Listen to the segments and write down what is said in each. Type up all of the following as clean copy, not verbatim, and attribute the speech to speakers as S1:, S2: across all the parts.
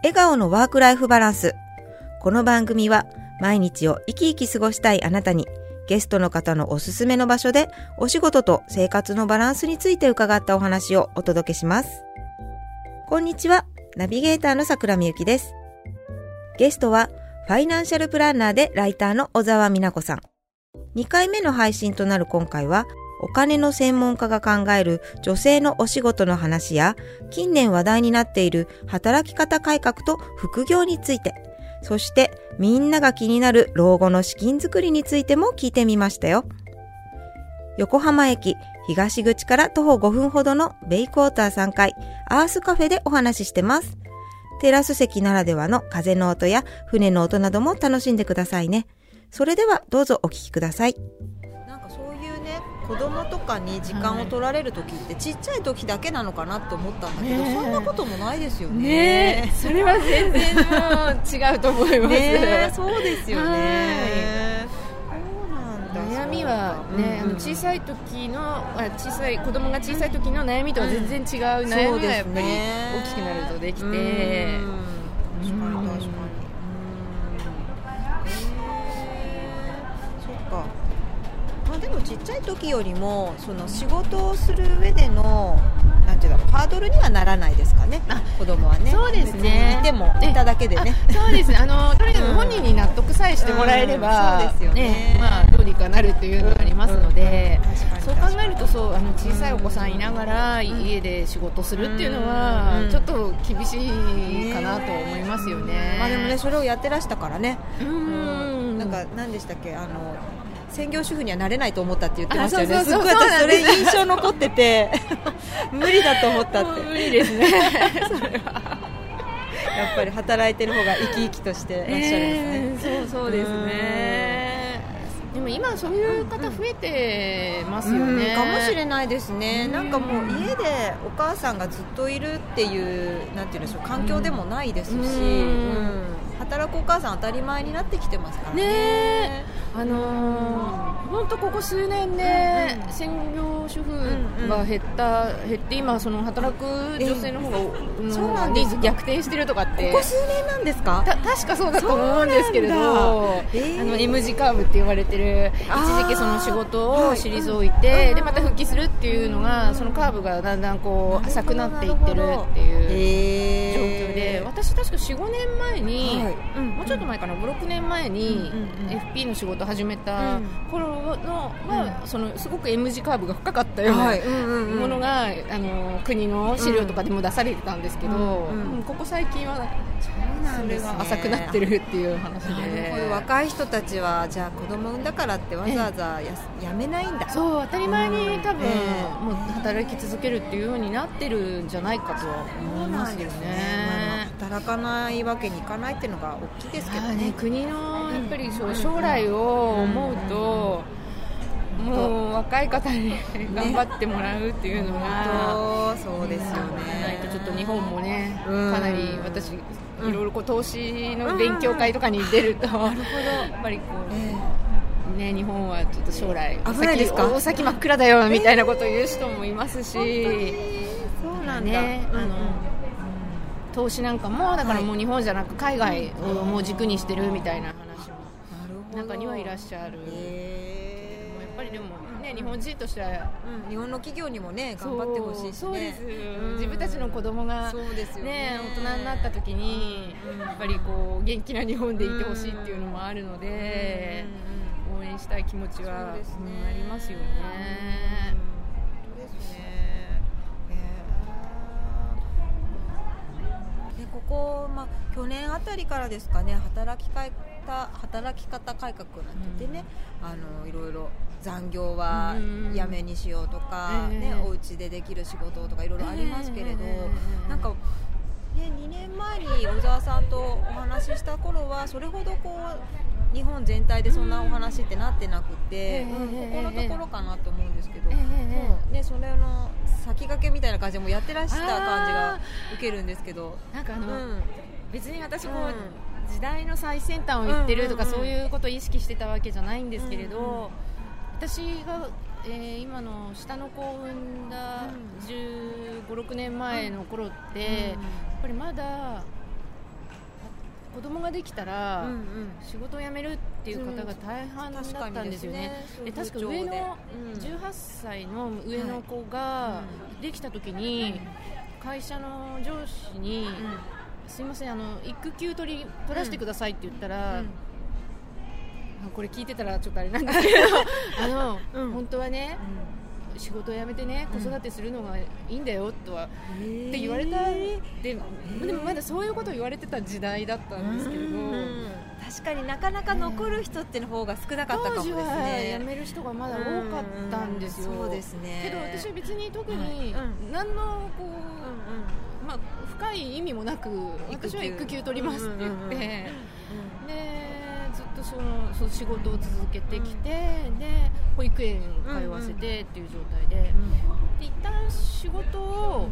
S1: 笑顔のワークライフバランス。この番組は毎日を生き生き過ごしたいあなたに、ゲストの方のおすすめの場所でお仕事と生活のバランスについて伺ったお話をお届けします。こんにちは、ナビゲーターの桜美幸です。ゲストはファイナンシャルプランナーでライターの小沢美奈子さん。2回目の配信となる今回は、お金の専門家が考える女性のお仕事の話や、近年話題になっている働き方改革と副業について、そしてみんなが気になる老後の資金作りについても聞いてみましたよ。横浜駅東口から徒歩5分ほどのベイクォーター3階アースカフェでお話ししてます。テラス席ならではの風の音や船の音なども楽しんでくださいね。それではどうぞお聞きください。子供とかに時間を取られる時ってちっちゃい時だけなのかなって思ったんだけど、そんなこともないですよ ね。
S2: それは全然違うと思います。
S1: そうですよね。
S2: 悩みはね、小さい時の子供が小さい時の悩みとは全然違う悩みがやっぱり大きくなるとできて、確かに確かに。
S1: そっか。でもちっちゃい時よりもその仕事をする上でのなんていうのハードルにはならないですかね。子供はね。
S2: そうですね。
S1: いてもいただけでね。
S2: そうですね。とにかく本人に納得さえしてもらえれば、
S1: そうですよね。
S2: どうにかなるっていうのがありますので、そう考えると小さいお子さんいながら家で仕事するっていうのはちょっと厳しいかなと思いますよね。
S1: でもね、それをやってらしたからね。なんか何でしたっけ、専業主婦にはなれないと思ったって言ってましたよね。すごい私それ印象残ってて無理だと思ったって。
S2: 無理ですねそれは
S1: やっぱり働いてる方が生き生きとしてらっしゃるんですね。
S2: そうですね。でも今そういう方増えてますよね。
S1: かもしれないですね。なんかもう家でお母さんがずっといるっていうなんていうんでしょう、環境でもないですし、働くお母さん当たり前になってきてますからね。
S2: 本当ここ数年で専業主婦が減って今その働く女性の方がニーズ逆転してるとかって
S1: ここ数年なんですか？
S2: 確かそうだと思うんですけれど、M 字カーブって言われてる、一時期その仕事を退いて、でまた復帰するっていうのが、そのカーブがだんだんこう浅くなっていってるっていう状況で、私確か 4,5 年前に、もうちょっと前かな、5、6年前に FP の仕事始めた頃のは、そのすごく M 字カーブが深かったようなものが国の資料とかでも出されてたんですけど、ここ最近はそれが浅くなってるっていう話で、
S1: 若い人たちはじゃあ子供産んだからってわざわざやめないんだ。
S2: そう、当たり前に多分もう働き続けるっていうようになってるんじゃないかとは思いますよね。
S1: 働かないわけにいかないっていうのが大きいですけどね。
S2: 国のやっぱり将来を思うと、もう若い方に頑張ってもらうっていうのが、
S1: そうですよね。
S2: ないとちょっと日本もね、かなり私いろいろ投資の勉強会とかに出ると、やっぱりこう、日本はちょっと将来
S1: 危ないですか？
S2: 大先真っ暗だよみたいなことを言う人もいますし、
S1: そうなんだ。
S2: 投資なんかもだからもう日本じゃなく海外をもう軸にしてるみたいな話も中にはいらっしゃる。やっぱりでもね、日本人としては、
S1: 日本の企業にもね頑張ってほしいしね。
S2: そうです、自分たちの子供がね、大人になった時にやっぱりこう元気な日本でいてほしいっていうのもあるので、応援したい気持ちはありますよね。
S1: そうですね。ここ、去年あたりからですかね、働き方改革なんてね、いろいろ残業はやめにしようとか、お家でできる仕事とかいろいろありますけれど、なんか、2年前に小沢さんとお話しした頃はそれほどこう日本全体でそんなお話ってなってなくて、ここのところかなと思うんですけど、それの先駆けみたいな感じでもやってらした感じが受けるんですけど、
S2: なんか別に私こう、時代の最先端を言ってるとか、そういうことを意識してたわけじゃないんですけれど、私が、今の下の子を産んだ15、16年前の頃って、やっぱりまだ子供ができたら、
S1: うんうん、
S2: 仕事を辞めるっていう方が大半だったんですよね。確か上の18歳の上の子ができた時に、会社の上司に、すいません育休取らせてくださいって言ったら、これ聞いてたらちょっとあれなんですけど本当はね、仕事を辞めてね子育てするのがいいんだよとは、って言われたでもまだそういうことを言われてた時代だったんですけれど、
S1: 確かになかなか残る人っての方が少なかったかもですね。
S2: 当時は辞める人がまだ多かったんですよ。
S1: そうですね。
S2: けど私は別に特に何のこう、まあ、深い意味もなく私は育休取りますって言って、でずっとその仕事を続けてきて、で保育園通わせてっていう状態で、で一旦仕事を、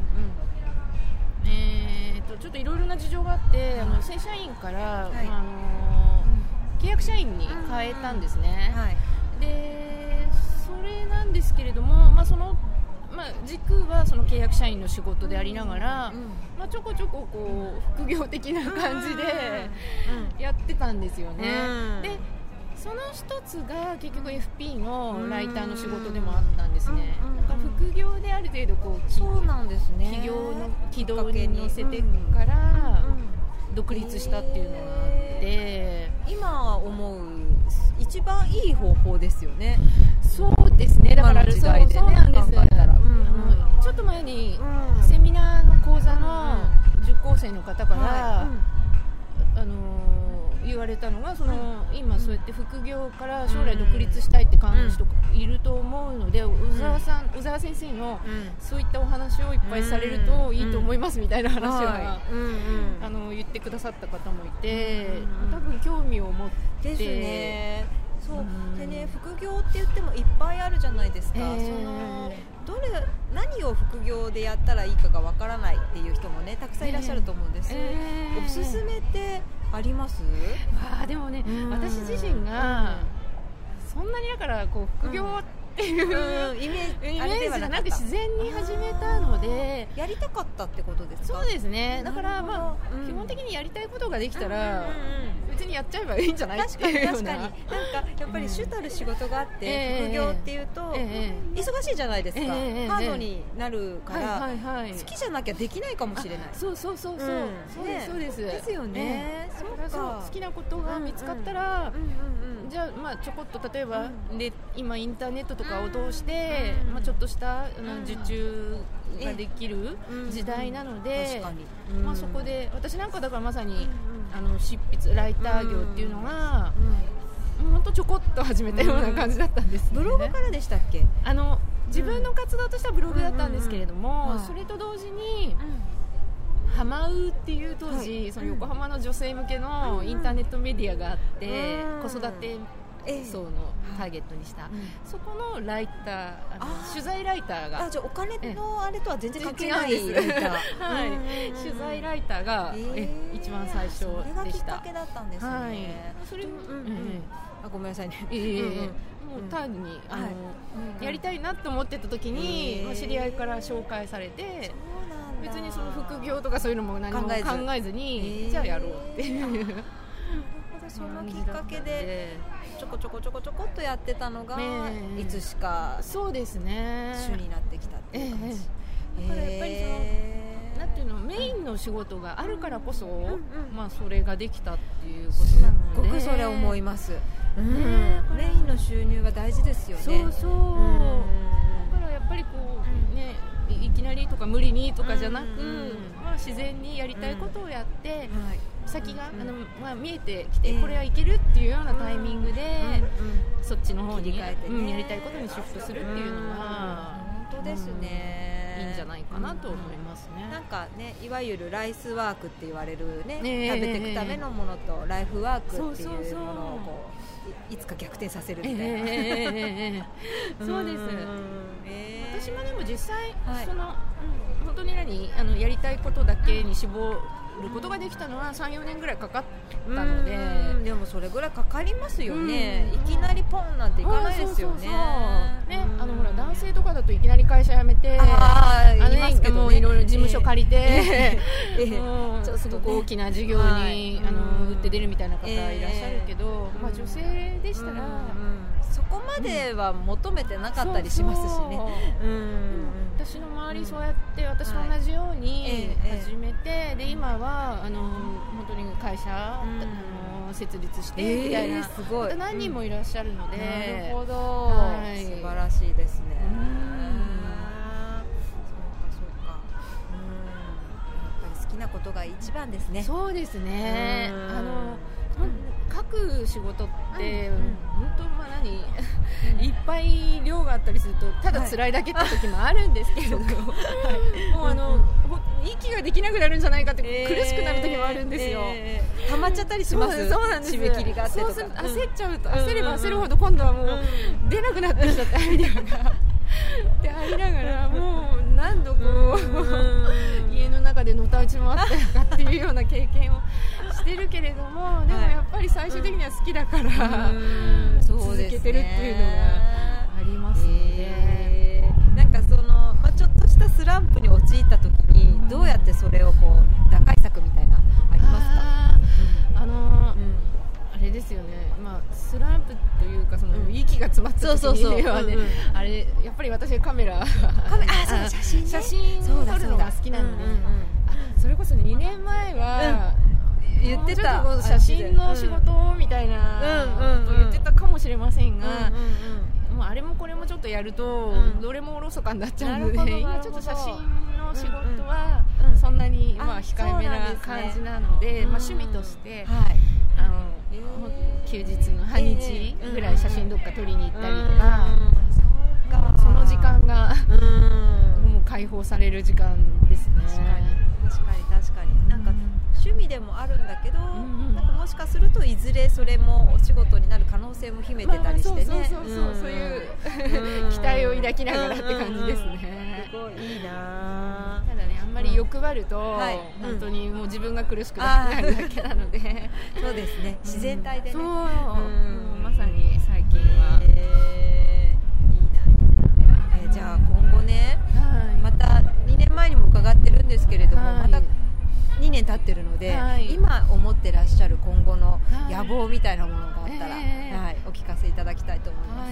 S2: ちょっといろいろな事情があって、正社員から、契約社員に変えたんですね。でそれなんですけれども、軸はその契約社員の仕事でありながら、ちょこちょここう副業的な感じでやってたんですよね。でその一つが結局 FP のライターの仕事でもあったんですね。だから副業である程度こう
S1: そうなんですね、
S2: 企業の軌道に乗せてから独立したっていうのがあって、
S1: 今思う一番いい方法ですよね。
S2: そうですね。だから
S1: 時代でね、
S2: そうなんです。
S1: 考えたら
S2: ちょっと前にセミナーの講座の受講生の方から、言われたのが今そうやって副業から将来独立したいって考える人いると思うので、小沢先生のそういったお話をいっぱいされるといいと思いますみたいな話を言ってくださった方もいて、多分興味を持って
S1: ですね。そうでね、副業って言ってもいっぱいあるじゃないですか。何を副業でやったらいいかがわからないっていう人もねたくさんいらっしゃると思うんです。おすすめってあります？
S2: でもね、私自身がそんなにだからこう副業っていう、イメージじゃなく自然に始めたので、
S1: やりたかったってことですか？
S2: そうですね。だから基本的にやりたいことができたら別にやっちゃえばいいんじゃないっていうような。確かになんか
S1: やっぱり主たる仕事があって副業っていうと忙しいじゃないですか。ハードになるから好きじゃなきゃできないかもしれない。
S2: そうそうです
S1: ですよね。
S2: 好きなことが見つかったら、じゃあちょこっと例えばで今インターネットとかを通してちょっとした受注ができる時代なので、そこで私なんかだからまさに執筆ライター業っていうのが本当ちょこっと始めたような感じだったんですね。
S1: ブログからでしたっけ？
S2: 自分の活動としてはブログだったんですけれども、それと同時にハマウっていう当時、その横浜の女性向けのインターネットメディアがあって、子育て層のターゲットにした、そこのライター、取材ライターが、
S1: じゃあお金のあれとは全然関係ない
S2: ライター取材ライターが一番最初でした。それが
S1: きっかけだったんですね。
S2: それ
S1: ごめんなさいね。
S2: もう単にやりたいなと思ってた時に知り合いから紹介されて、別にその副業とかそういうのも何も考えずに、じゃあやろうっていう
S1: そのきっかけでちょこちょこっとやってたのが、いつしか
S2: そうですね
S1: 主になってきたっていう感じ。
S2: だからやっぱりなんていうの、メインの仕事があるからこそ、それができたっていうことなので、
S1: すごくそれ思います。メインの収入は大事ですよね。
S2: そうだからやっぱりこうね、いきなりとか無理にとかじゃなく、自然にやりたいことをやって、先が見えてきて、これはいけるっていうようなタイミングで、そっちの方にやりたいことにシフトするっていうのは
S1: 本当ですね。
S2: いいんじゃないかなと思いますね。
S1: なんかね、いわゆるライスワークって言われるね、食べていくためのものとライフワークっていうものをこういつか逆転させるみたいな。
S2: そうです。私もでも実際、その本当にやりたいことだけに絞ることができたのは 3,4 年ぐらいかかったので、
S1: でもそれぐらいかかりますよね、いきなりポンなんていかないですよね。
S2: ほら男性とかだといきなり会社辞めてもういろいろ事務所借りて、すごく大きな事業に打って出るみたいな方いらっしゃるけど、女性でしたら、
S1: そこまでは求めてなかったりしますしね。
S2: 私の周りそうやって私と同じように始めて、で今は本当に会社設立してみたいな方何人もいらっしゃるので、
S1: なるほど、素晴らしいですね。そうか、やっぱり好きなことが一番ですね。
S2: そうですね。書く仕事って本当いっぱい量があったりするとただ辛いだけって時もあるんですけど、もう息ができなくなるんじゃないかって苦しくなる時もあるんですよ。
S1: 溜まっちゃったりします。
S2: そうなんです。
S1: 締め切りがあってとか、
S2: 焦っちゃうと焦れば焦るほど今度はもう出なくなってきちゃってアイデアがってありながら、もう何度家の中でのたうち回ったりとかっていうような経験をしてるけれども、でもやっぱり最終的には好きだから続けてるっていうのがありますので、
S1: なんかちょっとしたスランプに陥った時にどうやってそれを打開策みたいなありますか？
S2: あれですよね、スランプというか息が詰まった時にはね、あれやっぱり私はカメラ写真を撮るのが好きなので、それこそ2年前は
S1: 言ってた
S2: 写真の仕事みたいなことを言ってたかもしれませんが、もうあれもこれもちょっとやるとどれもおろそかになっちゃうので、今ちょっと写真の仕事はそんなに控えめな感じなので、趣味として休日の半日ぐらい写真どっか撮りに行ったりとか、その時間がもう解放される時間ですね。
S1: 確かになんか趣味でもあるんだけど、なんかもしかするといずれそれもお仕事になる可能性も秘めてたりしてね、
S2: そういう期待を抱きながらって感じですね。
S1: すごいいいな。
S2: ただね、あんまり欲張ると本当にもう自分が苦しくなるだけなので、
S1: そうですね、自然体でね、
S2: まさに最近は、い
S1: いな。じゃあ今後ね、また2年前にも伺ってるんですけれども、また2年経ってるので、今思ってらっしゃる今後の野望みたいなものがあったら、お聞かせいただきたいと思います。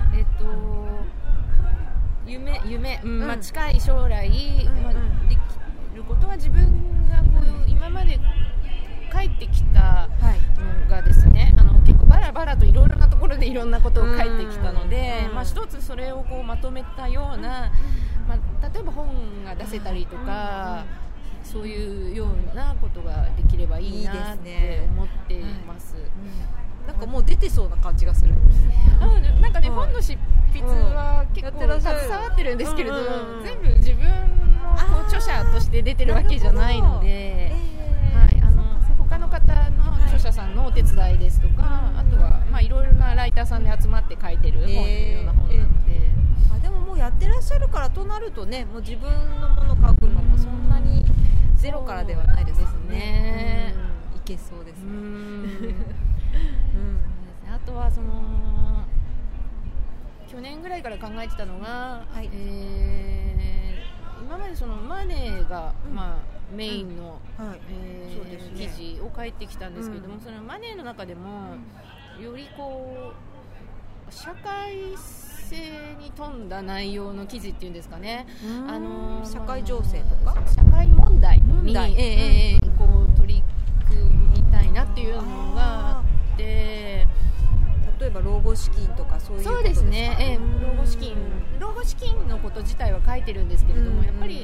S2: 夢、近い将来、できることは自分が今まで書いてきたのがですね、結構バラバラといろいろなところでいろんなことを書いてきたので、一つそれをまとめたような、例えば本が出せたりとか、そういうようなことができればいいなって思っています。
S1: なんかもう出てそうな感じがする。
S2: なんかね、本の執筆は結構携わってるんですけれど、全部自分の著者として出てるわけじゃないので、他の方の著者さんのお手伝いですとか、あとはいろいろなライターさんで集まって書いてる本のような本なので、
S1: でももうやってらっしゃるからとなるとね、もう自分のもの書くのもそんなにゼロからではないですね。いけそうですね。
S2: あとは去年ぐらいから考えてたのが、今までマネーが、メインの、記事を書いてきたんですけれども、そのマネーの中でもより社会性に富んだ内容の記事っていうんですかね、
S1: 社会情勢とか
S2: 社会問題に取り組みたいなっていうのがあって、
S1: 例えば老後資金とかそういうことですか？
S2: そうですね、老後資金のこと自体は書いてるんですけれども、やっぱり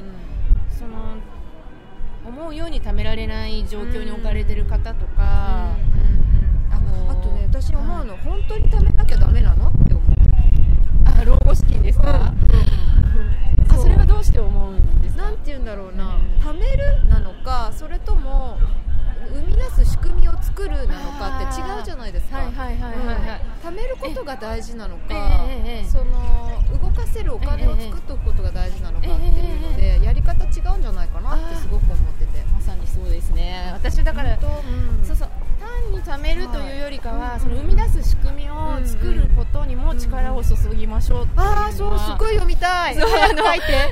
S2: 思うように貯められない状況に置かれてる方とか、
S1: あとね、私思うの、本当に貯めなきゃダメなのって思う。
S2: 老後資金ですか？それはどうして思うんですか？
S1: なんて言うんだろうな、貯めるなのか、それとも生み出す仕組みを作るなのかって違うじゃないですか。貯めることが大事なのか、動かせるお金を作っておくことが大事なのかっていうので、やり方違うんじゃないかなってすごく思ってて、
S2: さにそうですね。私だから、そうそう単に貯めるというよりかは、その生み出す仕組みを作ることにも力を注ぎましょうっていうのは、
S1: そうすごい読みたい。
S2: そう
S1: 早く書いて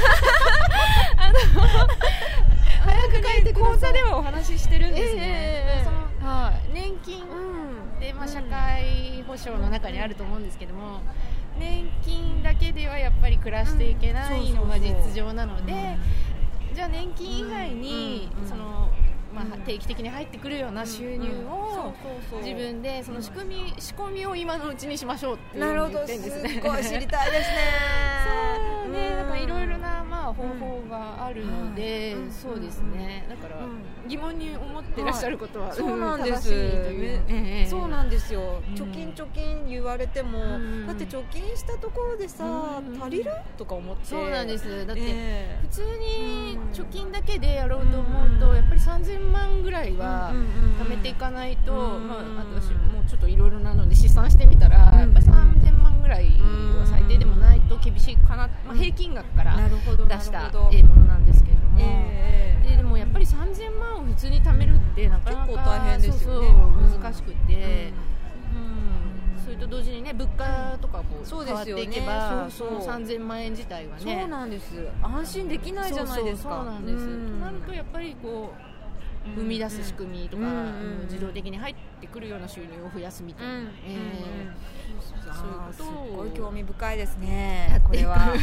S1: 早く書いてください。
S2: 講座ではお話ししてるんですね。その年金で、社会保障の中にあると思うんですけども、年金だけではやっぱり暮らしていけないのが実情なので、じゃあ年金以外にその定期的に入ってくるような収入を自分でその仕込みを今のうちにしましょうっていうのを言ってるんですね。
S1: すごい知りたいですね。
S2: そうね、なんかいろいろな方法があるので、そうですね。だから疑問に思ってらっしゃることは
S1: そうなんです。そうなんですよ。貯金言われても、だって貯金したところでさ、足りるとか思って。
S2: そうなんです。だって普通に貯金だけでやろうと思うとやっぱり3000万ぐらいは貯めていかないと、私もうちょっといろいろなので試算してみたら、やっぱり3000万ぐらいは最低でもないと厳しいかな。平均額から出したものなんですけれども、でもやっぱり3000万を普通に貯めるってなかなか
S1: 結構大変ですよね。
S2: 難しくて、それと同時にね、物価とかも変わっていけば、その3000万円自体はね、
S1: そうなんです。安心できないじゃないですか。
S2: そうなんです。となるとやっぱりこう生み出す仕組みとか、自動的に入ってくるような収入を増やすみたいな、そういうことを、
S1: すごい興味深いですね、これは。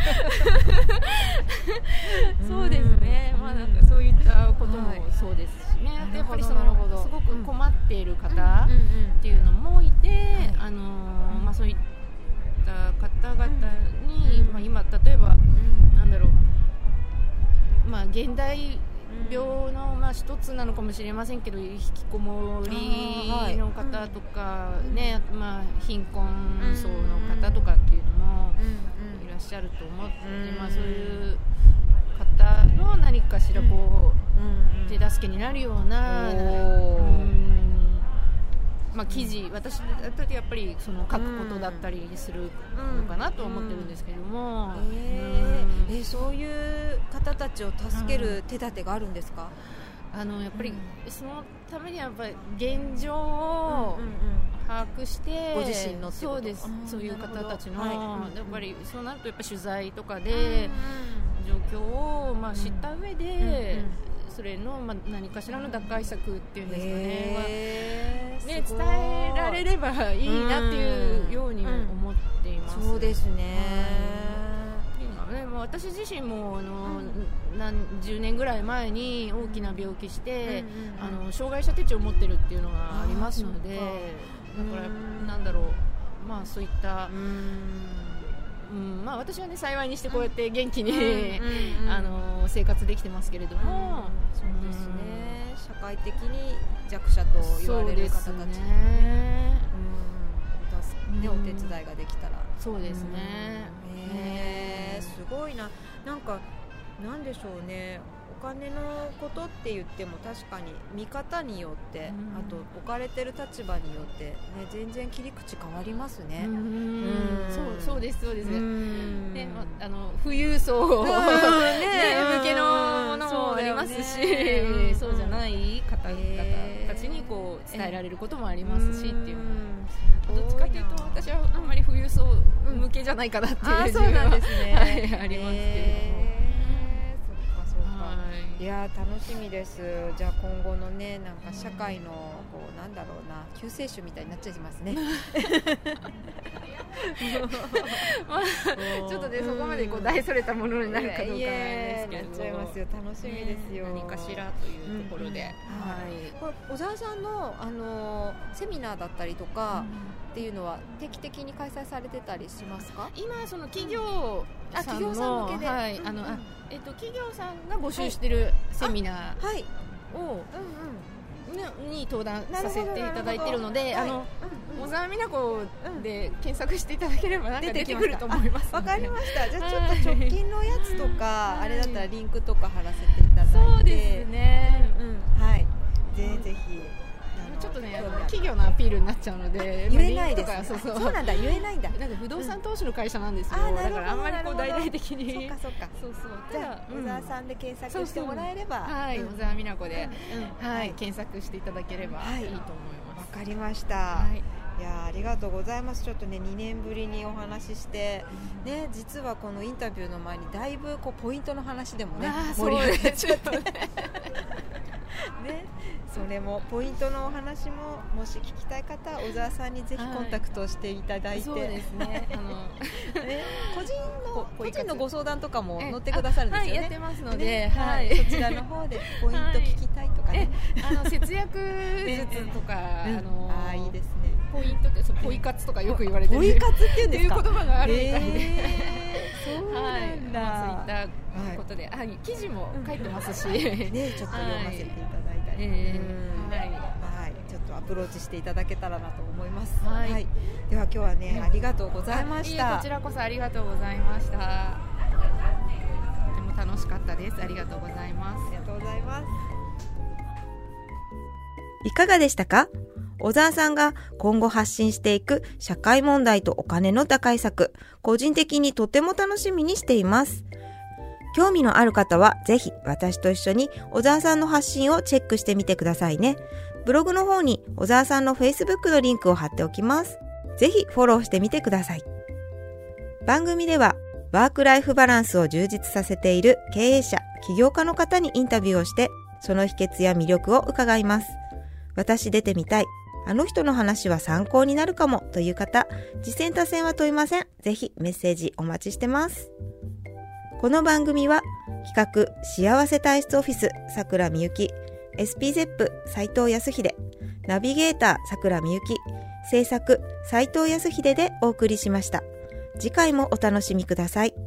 S2: そうですね。なんかそういったこともそうですしね。やっぱりそのすごく困っている方っていうのもいて、そういった方々に、今例えばなんだろう、現代病の一つなのかもしれませんけど、引きこもりの方とかね、貧困層の方とかっていうのもいらっしゃると思って、そういう方の何かしらこう手助けになるような記事、私だとやっぱりその書くことだったりするのかなと思ってるんですけども、
S1: そういう方たちを助ける手立てがあるんですか？
S2: やっぱりそのためにはやっぱり現状を把握して、
S1: ご自身のってこと？
S2: そうです。そういう方たちの、やっぱりそうなるとやっぱ取材とかで状況を知った上で、それの何かしらの打開策っていうんですかね、伝えられればいいなっていうように思っています。
S1: そうですね。
S2: 私自身も何十年ぐらい前に大きな病気して、障害者手帳を持ってるっていうのがありますので、だからなんだろう、そういった私はね、幸いにしてこうやって元気に生活できてますけれども、
S1: そうですね。社会的に弱者と言われる方たちにお手伝いができたら、
S2: そうですね。
S1: すごいな。なんでしょうね。お金のことって言っても確かに見方によって、あと置かれてる立場によって、ね、全然切り口変わりますね。
S2: そうですそうです。で、富裕層向けのものもありますし、そうじゃない方々たちにこう伝えられることもありますしっていうのは、どっちかというと私はあんまり富裕層向けじゃないかなっていう
S1: そうなんですね。
S2: ありますけれども。
S1: いや楽しみです。じゃあ今後のね、社会のなんだろうな、救世主みたいになっちゃいますね。
S2: ちょっとね、そこまで大それたものになるかどうかなんですけど、
S1: なっちゃいますよ。楽しみですよ。
S2: 何かしらというところで、
S1: これ小沢さんのセミナーだったりとかっていうのは定期的に開催されてたりしますか？
S2: 今その企業さんの
S1: 向けで、
S2: 企業さんが募集してるセミナーをに登壇させていただいているので、小沢美奈子で検索していただければ出てくると思います。
S1: わかりました。じゃあちょっと直近のやつとかあれだったらリンクとか貼らせていただいて、
S2: そうですね。
S1: はい。ぜひ
S2: ちょっとね企業のアピールになっちゃうので
S1: 言えないです、
S2: ね、
S1: そうなんだ、言えないんだ。
S2: なんか不動産投資の会社なんですよ、だからあんまりこう大々的に。
S1: そうかじゃあ小沢さんで検索してもらえれば、
S2: はい、小沢美奈子で、はい、検索していただければいいと思います。
S1: わかりました。いやありがとうございます。ちょっとね2年ぶりにお話しして、ね、実はこのインタビューの前にだいぶこうポイントの話でもね盛り上がっちゃってね、それもポイントのお話ももし聞きたい方は小沢さんにぜひコンタクトしていただいて、
S2: そうですね
S1: 個人のご相談とかも乗ってくださるんですよね。
S2: やってますので、
S1: そちらの方でポイント聞きたいとかね、
S2: 節約術とか
S1: いいですね。
S2: ポイントってポイ活とかよく言われてる、
S1: ポイ活っていうんですか、
S2: っていう言葉があるみたいで、
S1: そうなんだ。
S2: そういったことで記事も書いてますし、
S1: ね、ちょっと読ませていただいたり、ちょっとアプローチしていただけたらなと思います。では今日はね、ありがとうございました。
S2: こちらこそありがとうございました。とても楽しかったです。ありがとうございます。
S1: ありがとうございます。いかがでしたか？小沢さんが今後発信していく社会問題とお金の打開策、個人的にとても楽しみにしています。興味のある方はぜひ私と一緒に小沢さんの発信をチェックしてみてくださいね。ブログの方に小沢さんの Facebook のリンクを貼っておきます。ぜひフォローしてみてください。番組ではワークライフバランスを充実させている経営者、起業家の方にインタビューをして、その秘訣や魅力を伺います。私出てみたい、あの人の話は参考になるかもという方、実践多戦は問いません。ぜひメッセージお待ちしてます。この番組は企画幸せ体質オフィスさくらみゆき、SPZEP 斉藤康秀、ナビゲーターさくらみゆき、制作斉藤康秀でお送りしました。次回もお楽しみください。